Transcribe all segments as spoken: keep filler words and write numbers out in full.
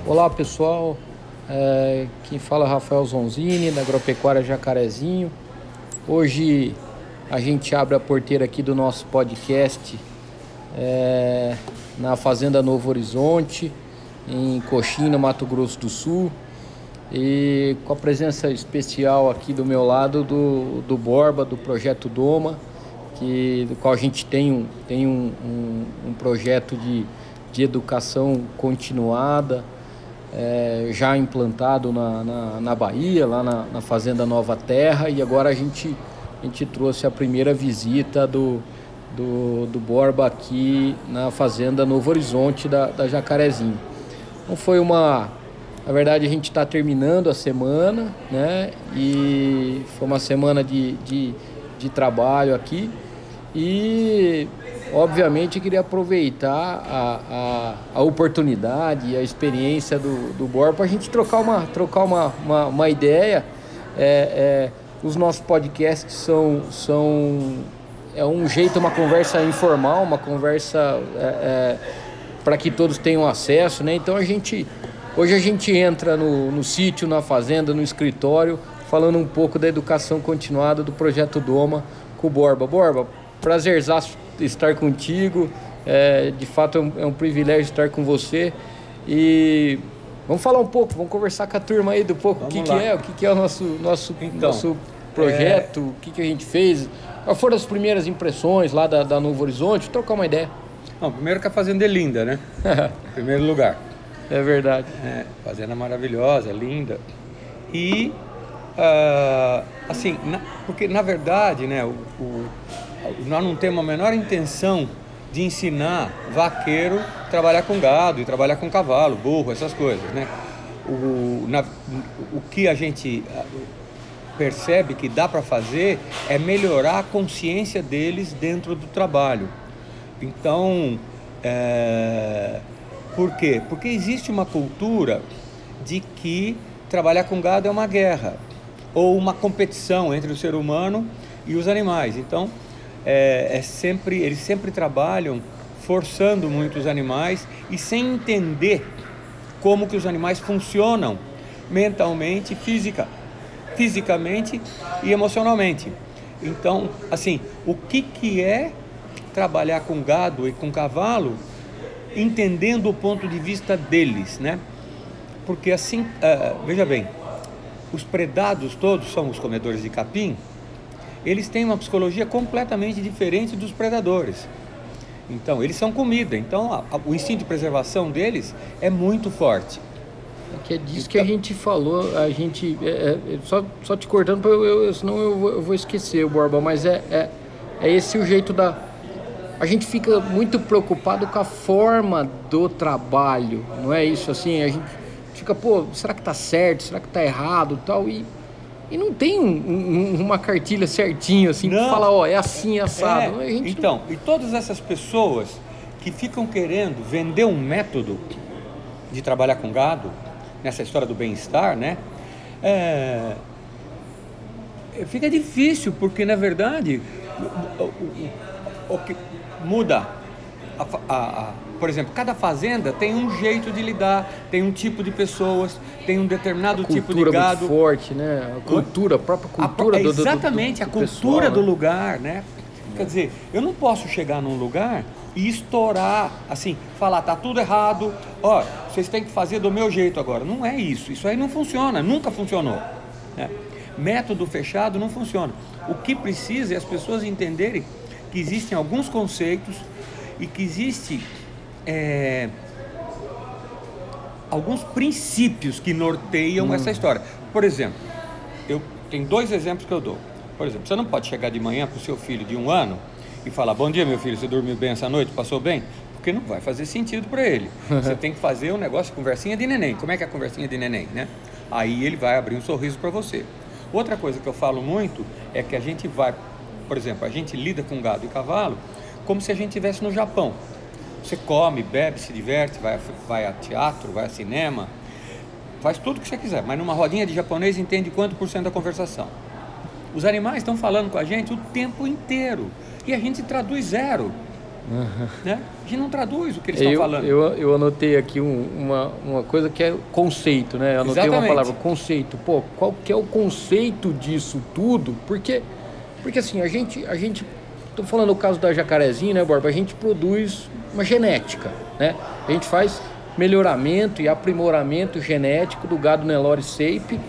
Olá pessoal, é, quem fala é Rafael Zonzini, da Agropecuária Jacarezinho. Hoje a gente abre a porteira aqui do nosso podcast é, na Fazenda Novo Horizonte, em Coxim, no Mato Grosso do Sul. E com a presença especial aqui do meu lado do, do Borba, do Projeto Doma, que, do qual a gente tem um, tem um, um, um projeto de, de educação continuada, É, já implantado na, na, na Bahia, lá na, na Fazenda Nova Terra, e agora a gente, a gente trouxe a primeira visita do, do, do Borba aqui na Fazenda Novo Horizonte da, da Jacarezinho. Então foi uma... Na verdade a gente está terminando a semana, né? E foi uma semana de, de, de trabalho aqui e... Obviamente eu queria aproveitar a, a, a oportunidade e a experiência do, do Borba para a gente trocar uma, trocar uma, uma, uma ideia. É, é, os nossos podcasts são, são é um jeito, uma conversa informal, uma conversa é, é, para que todos tenham acesso, né? Então a gente, hoje a gente entra no, no sítio, na fazenda, no escritório, falando um pouco da educação continuada do Projeto Doma com o Borba. Borba, prazerzaço estar contigo, é, de fato é um, é um privilégio estar com você e vamos falar um pouco, vamos conversar com a turma aí do pouco, o que, que é, o que, que é o nosso, nosso, então, nosso projeto, é... o que, que a gente fez, quais foram as primeiras impressões lá da, da Novo Horizonte, trocar uma ideia. Não, primeiro que a fazenda é linda, né? Em primeiro lugar. É verdade. É, fazenda maravilhosa, linda. E, uh, assim, na, porque na verdade, né, o, o nós não temos a menor intenção de ensinar vaqueiro a trabalhar com gado e trabalhar com cavalo, burro, essas coisas, né? O, na, o que a gente percebe que dá para fazer é melhorar a consciência deles dentro do trabalho. Então, é, por quê? Porque existe uma cultura de que trabalhar com gado é uma guerra ou uma competição entre o ser humano e os animais. Então, É, é sempre, eles sempre trabalham forçando muito os animais e sem entender como que os animais funcionam mentalmente, física, fisicamente e emocionalmente. Então, assim, o que, que é trabalhar com gado e com cavalo, entendendo o ponto de vista deles, né? Porque assim, uh, veja bem, os predados todos são os comedores de capim. Eles têm uma psicologia completamente diferente dos predadores. Então, eles são comida. Então, a, a, o instinto de preservação deles é muito forte. É que é disso então, que a gente falou, a gente... É, é, só, só te cortando, eu, eu, senão eu vou, eu vou esquecer, Borba, mas é, é, é esse o jeito da... A gente fica muito preocupado com a forma do trabalho, não é isso? Assim, a gente fica, pô, será que tá certo? Será que tá errado? Tal, e... E não tem um, um, uma cartilha certinho, assim, não, que fala, ó, é assim, assado. É, a gente então, não... e todas essas pessoas que ficam querendo vender um método de trabalhar com gado, nessa história do bem-estar, né? É, fica difícil, porque, na verdade, o, o, o, o que muda, a, a, a, por exemplo, cada fazenda tem um jeito de lidar, tem um tipo de pessoas, tem um determinado tipo de gado. Muito forte, né? A cultura, a própria cultura a, do, do Exatamente, do, do, do a cultura pessoal, do né? lugar, né? É. Quer dizer, eu não posso chegar num lugar e estourar, assim, falar, tá tudo errado, ó, vocês têm que fazer do meu jeito agora. Não é isso, isso aí não funciona, nunca funcionou, né? Método fechado não funciona. O que precisa é as pessoas entenderem que existem alguns conceitos e que existe é, alguns princípios que norteiam hum. essa história. Por exemplo, eu tenho dois exemplos que eu dou. Por exemplo, você não pode chegar de manhã para o seu filho de um ano e falar, bom dia meu filho, você dormiu bem essa noite, passou bem? Porque não vai fazer sentido para ele. Você tem que fazer um negócio de conversinha de neném. Como é que é a conversinha de neném, né? Aí ele vai abrir um sorriso para você. Outra coisa que eu falo muito é que a gente vai, por exemplo, a gente lida com gado e cavalo como se a gente estivesse no Japão. Você come, bebe, se diverte, vai, vai a teatro, vai a cinema, faz tudo o que você quiser, mas numa rodinha de japonês entende quanto por cento da conversação. Os animais estão falando com a gente o tempo inteiro e a gente traduz zero. Uhum. Né? A gente não traduz o que eles estão falando. Eu, eu anotei aqui um, uma, uma coisa que é conceito, né? Eu anotei Exatamente. uma palavra, conceito. Pô, qual que é o conceito disso tudo? Porque, porque assim, a gente, a gente... Tô falando o caso da jacarezinha, né, Borba? A gente produz uma genética, né? A gente faz melhoramento e aprimoramento genético do gado Nelore Shape.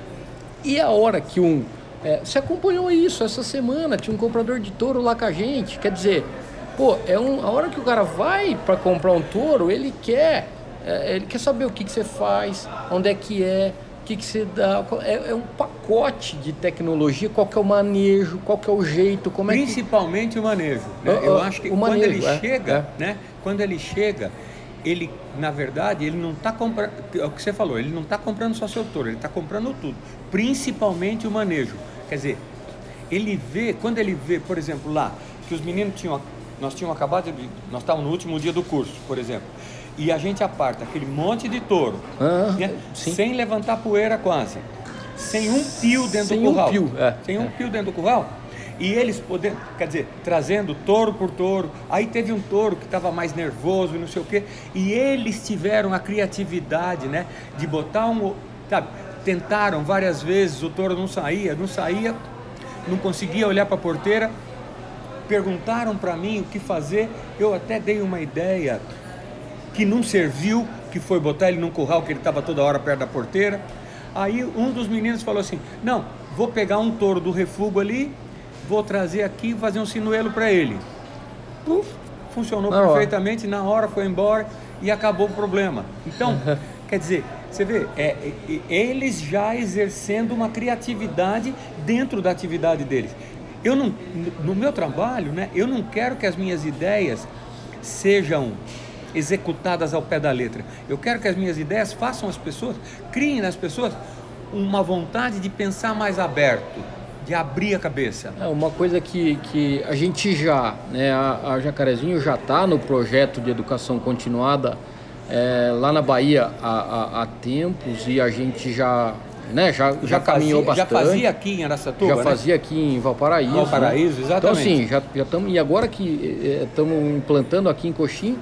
E a hora que um... É, você acompanhou isso essa semana, tinha um comprador de touro lá com a gente. Quer dizer, pô, é um, a hora que o cara vai para comprar um touro, ele quer, é, ele quer saber o que, que você faz, onde é que é, o que, que você dá. É, é um pacote de tecnologia, qual que é o manejo, qual que é o jeito, como é que... Principalmente o manejo. Né? Eu, eu acho que quando manejo, ele é, chega, é. né? Quando ele chega, ele, na verdade, ele não está comprando, é o que você falou, ele não está comprando só seu touro, ele está comprando tudo, principalmente o manejo. Quer dizer, ele vê, quando ele vê, por exemplo, lá, que os meninos tinham, nós tínhamos acabado de, nós estávamos no último dia do curso, por exemplo, e a gente aparta aquele monte de touro, ah, né, sem levantar poeira quase, sem um pio dentro sem do curral, um pio, é, sem um é. pio dentro do curral, e eles podendo, quer dizer, trazendo touro por touro. Aí teve um touro que estava mais nervoso e não sei o quê, e eles tiveram a criatividade, né, de botar um, sabe, tentaram várias vezes, o touro não saía, não saía, não conseguia olhar para a porteira, perguntaram para mim o que fazer, eu até dei uma ideia que não serviu, que foi botar ele num curral que ele estava toda hora perto da porteira. Aí um dos meninos falou assim, não, vou pegar um touro do refúgio ali, vou trazer aqui e fazer um sinuelo para ele. Puf, funcionou na perfeitamente, hora. na hora foi embora e acabou o problema. Então, quer dizer, você vê, é, é, eles já exercendo uma criatividade dentro da atividade deles. Eu não, no meu trabalho, né, eu não quero que as minhas ideias sejam executadas ao pé da letra. Eu quero que as minhas ideias façam as pessoas, criem nas pessoas uma vontade de pensar mais aberto, de abrir a cabeça. É uma coisa que, que a gente já, né, a, a Jacarezinho já está no projeto de educação continuada É, lá na Bahia há, há, há tempos e a gente já, né, já, já, já caminhou fazia, bastante. Já fazia aqui em Araçatuba, Já né? fazia aqui em Valparaíso. Valparaíso, né? exatamente. Então assim, já estamos, e agora que estamos é, implantando aqui em Coxim,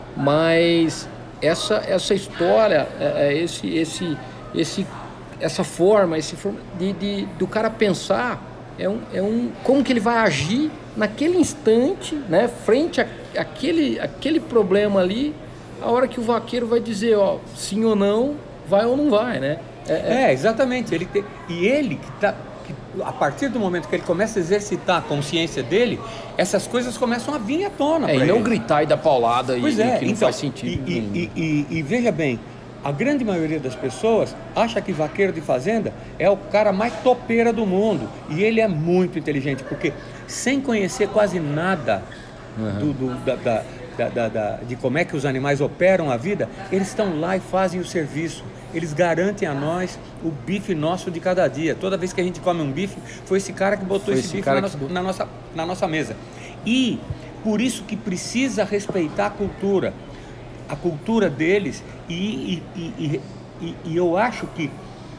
mas essa, essa história, é, esse, esse, esse, essa forma, esse forma de, de, do cara pensar, é um, é um, como que ele vai agir naquele instante, né, frente a, àquele, àquele problema ali, a hora que o vaqueiro vai dizer, ó, sim ou não, vai ou não vai, né? É, é... é exatamente. Ele tem... E ele, que tá, que, a partir do momento que ele começa a exercitar a consciência dele, essas coisas começam a vir à tona. É, e não ele. gritar e dar paulada pois e, é, e que não então, faz sentido. E, e, e, e, e veja bem, a grande maioria das pessoas acha que vaqueiro de fazenda é o cara mais topeira do mundo. E ele é muito inteligente, porque sem conhecer quase nada uhum. do, do, da... da Da, da, da, de como é que os animais operam a vida, eles estão lá e fazem o serviço. Eles garantem a nós o bife nosso de cada dia. Toda vez que a gente come um bife, foi esse cara que botou foi esse, esse bife na nossa, que... na, nossa, na nossa mesa. E por isso que precisa respeitar a cultura, a cultura deles. E, e, e, e, e eu acho que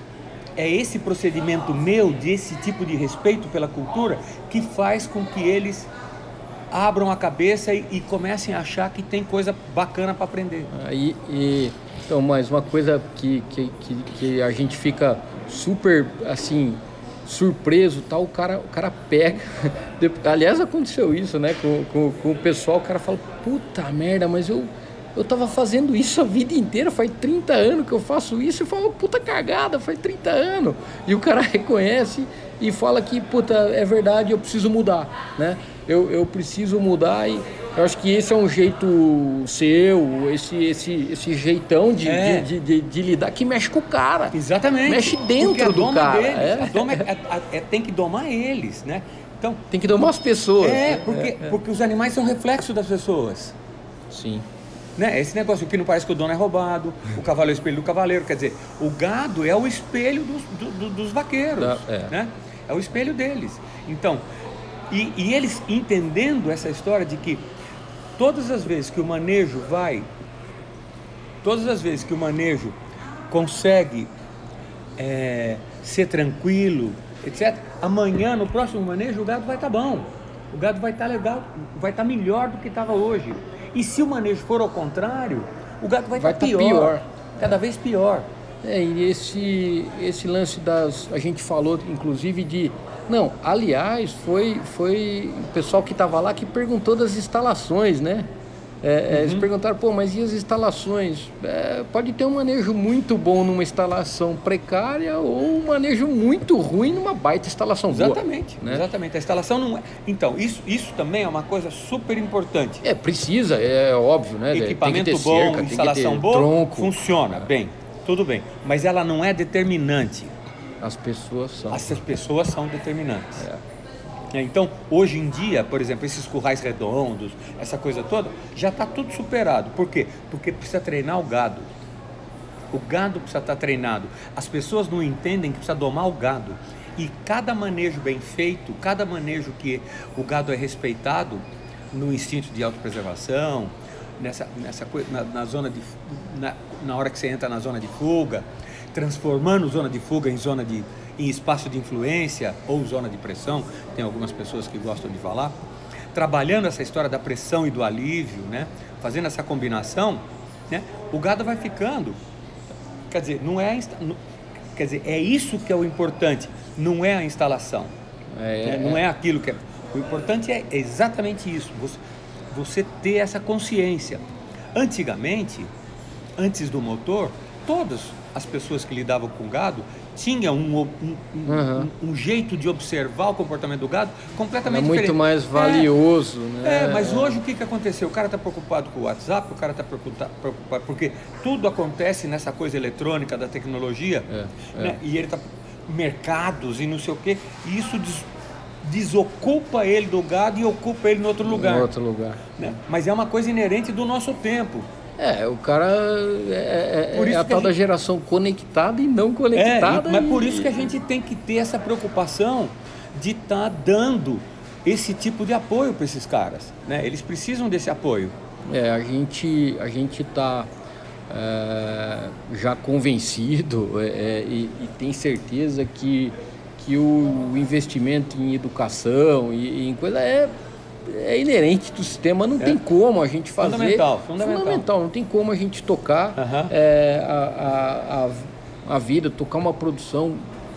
é esse procedimento meu, desse tipo de respeito pela cultura, que faz com que eles abram a cabeça e, e comecem a achar que tem coisa bacana para aprender. Aí, e, então, mais uma coisa que, que, que, que a gente fica super, assim, surpreso, tal, o cara, o cara pega... Aliás, aconteceu isso, né, com, com, com o pessoal, o cara fala, puta merda, mas eu, eu tava fazendo isso a vida inteira, faz trinta anos que eu faço isso, e fala, puta cagada, faz trinta anos. E o cara reconhece e fala que, puta, é verdade, eu preciso mudar, né? Eu, eu preciso mudar e eu acho que esse é um jeito seu, esse, esse, esse jeitão de, é. de, de, de, de lidar que mexe com o cara. Exatamente. Mexe dentro do cara. Deles, é. A doma é, é, é, tem que domar eles, né? Então, tem que domar as pessoas. É, porque, é, é. porque os animais são reflexo das pessoas. Sim. Né? Esse negócio que não parece que o dono é roubado, o cavalo é o espelho do cavaleiro, quer dizer, o gado é o espelho dos, do, dos vaqueiros, da, é. Né? É o espelho deles. Então, e, e eles entendendo essa história de que todas as vezes que o manejo vai, todas as vezes que o manejo consegue é, ser tranquilo, etcétera, amanhã, no próximo manejo, o gado vai estar bom. o gado vai estar legal, vai estar melhor do que estava hoje. E se o manejo for ao contrário, o gado vai, vai estar pior, pior, cada vez pior. É, e esse, esse lance das... A gente falou, inclusive, de... Não, aliás, foi, foi o pessoal que estava lá que perguntou das instalações, né? É, uhum. é, eles perguntaram, pô, mas e as instalações? É, pode ter um manejo muito bom numa instalação precária ou um manejo muito ruim numa baita instalação boa. Exatamente, né? Exatamente. A instalação não é... Então, isso, isso também é uma coisa super importante. É, precisa, é óbvio, né? Equipamento tem que ter bom, cerca, instalação tem que ter boa, tronco. Funciona bem, tudo bem. Mas ela não é determinante. As pessoas são. As pessoas são determinantes. É. Então, hoje em dia, por exemplo, esses currais redondos, essa coisa toda, já está tudo superado. Por quê? Porque precisa treinar o gado. O gado precisa estar treinado. As pessoas não entendem que precisa domar o gado. E cada manejo bem feito, cada manejo que o gado é respeitado no instinto de autopreservação, nessa, nessa coisa, na, na zona de, na, na hora que você entra na zona de fuga, transformando zona de fuga em zona de em espaço de influência ou zona de pressão, tem algumas pessoas que gostam de falar, trabalhando essa história da pressão e do alívio, né? Fazendo essa combinação, né? O gado vai ficando, quer dizer, não é, quer dizer, é isso que é o importante, não é a instalação, é, né? Não é aquilo que é, o importante é exatamente isso, você, você ter essa consciência. Antigamente, antes do motor, todas as pessoas que lidavam com gado tinham um, um, um, uhum. um, um jeito de observar o comportamento do gado completamente é muito diferente. mais valioso, é, né? É, mas hoje o que, que aconteceu? O cara está preocupado com o WhatsApp, o cara está preocupado, preocupado porque tudo acontece nessa coisa eletrônica da tecnologia, é, né? É. E ele está mercados e não sei o quê, e isso des, desocupa ele do gado e ocupa ele em outro lugar. Em outro lugar. Né? Mas é uma coisa inerente do nosso tempo. É, o cara é, é, é a tal a gente... da geração conectada e não conectada. É, mas e... por isso que a gente tem que ter essa preocupação de estar tá dando esse tipo de apoio para esses caras, né? Eles precisam desse apoio. É, a gente a gente está é, já convencido é, e, e tem certeza que, que o investimento em educação e, e em coisa é é inerente do sistema, não é. tem como a gente fazer... Fundamental, fundamental. Fundamental, não tem como a gente tocar uhum. é, a, a, a vida, tocar uma produção,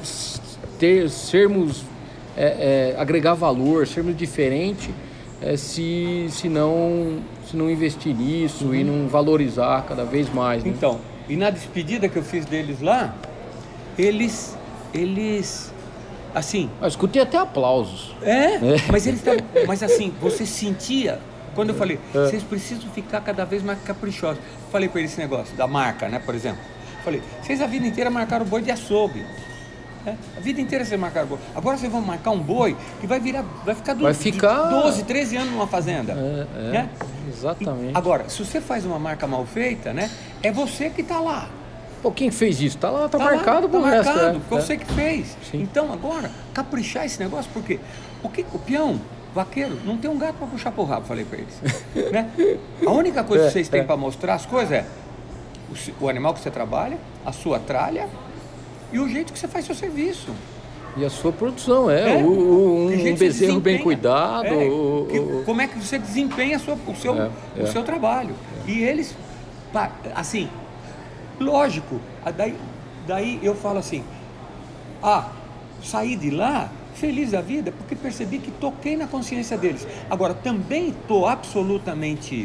ter, sermos, é, é, agregar valor, sermos diferentes, é, se, se, não, se não investir nisso uhum. e não valorizar cada vez mais. Né? Então, e na despedida que eu fiz deles lá, eles... eles assim... Eu escutei até aplausos. É, é. Mas eles tavam, mas assim, você sentia, quando eu falei, é. vocês precisam ficar cada vez mais caprichosos. Falei para eles esse negócio da marca, né, por exemplo. Falei, vocês a vida inteira marcaram boi de açougue. Né? A vida inteira vocês marcaram boi. Agora vocês vão marcar um boi que vai virar, vai ficar, do, vai ficar... doze, treze anos numa fazenda. É, é, né? Exatamente. E, agora, se você faz uma marca mal feita, né, é você que está lá. Pô, quem fez isso? Tá lá, tá, tá lá, marcado tá pro resto. marcado, foi é. você que fez. Sim. Então agora, caprichar esse negócio, porque o, que, o peão, vaqueiro, não tem um gato para puxar pro rabo, falei para eles. Né? A única coisa é, que vocês têm é. para mostrar as coisas é o, o animal que você trabalha, a sua tralha e o jeito que você faz seu serviço. E a sua produção, é, é. O, o, um, um bezerro bem cuidado. É. O, que, o, como é que você desempenha a sua, o, seu, é, o é. seu trabalho. É. E eles, assim... Lógico, daí, daí eu falo assim, ah, saí de lá feliz da vida porque percebi que toquei na consciência deles. Agora, também estou absolutamente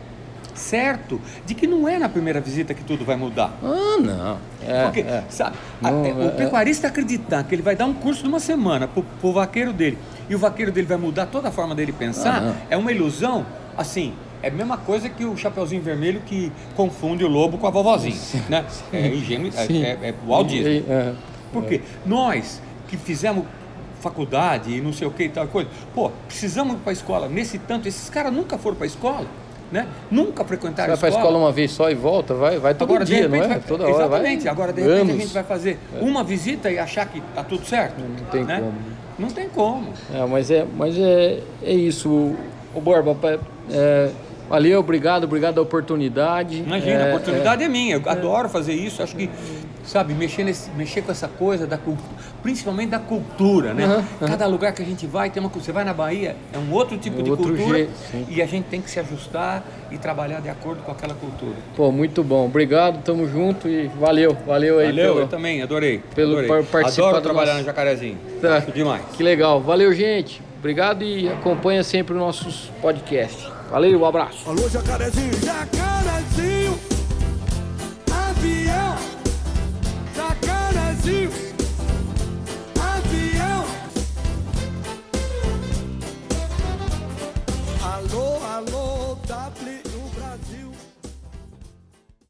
certo de que não é na primeira visita que tudo vai mudar. Ah, não. É, porque, é. sabe, não, a, é, o pecuarista acreditar que ele vai dar um curso de uma semana pro, pro vaqueiro dele e o vaqueiro dele vai mudar toda a forma dele pensar, ah, é uma ilusão, assim... É a mesma coisa que o Chapeuzinho Vermelho que confunde o lobo com a vovozinha, né? É ingênuo, é, é, é o audismo. É, Por quê? Nós que fizemos faculdade e não sei o que e tal coisa, pô, precisamos ir para a escola nesse tanto, esses caras nunca foram para a escola, né? Nunca frequentaram a escola. Vai para a escola uma vez só e volta, vai, vai todo Agora, dia, não é? Vai, Toda hora, exatamente, vai, agora de repente anos. a gente vai fazer é. uma visita e achar que tá tudo certo. Não tem né? como. Não tem como. É, mas é, mas é, é isso, o, o Borba, é, valeu, obrigado, obrigado da oportunidade. Imagina, é, a oportunidade é, é minha, eu é, adoro fazer isso, acho que sabe, mexer, nesse, mexer com essa coisa da cultura, principalmente da cultura, né? Uhum, uhum. Cada lugar que a gente vai tem uma cultura. Você vai na Bahia, é um outro tipo É de outro cultura jeito, sim. e a gente tem que se ajustar e trabalhar de acordo com aquela cultura. Pô, muito bom. Obrigado, tamo junto e valeu, valeu aí. Valeu, pelo... eu também, adorei. Pelo adorei. par- participar Adoro do trabalhar nosso- no Jacarezinho. Tá. Acho demais. Que legal. Valeu, gente. Obrigado e acompanha sempre os nossos podcasts. Valeu, um abraço. Alô, Jacarezinho, Jacarezinho.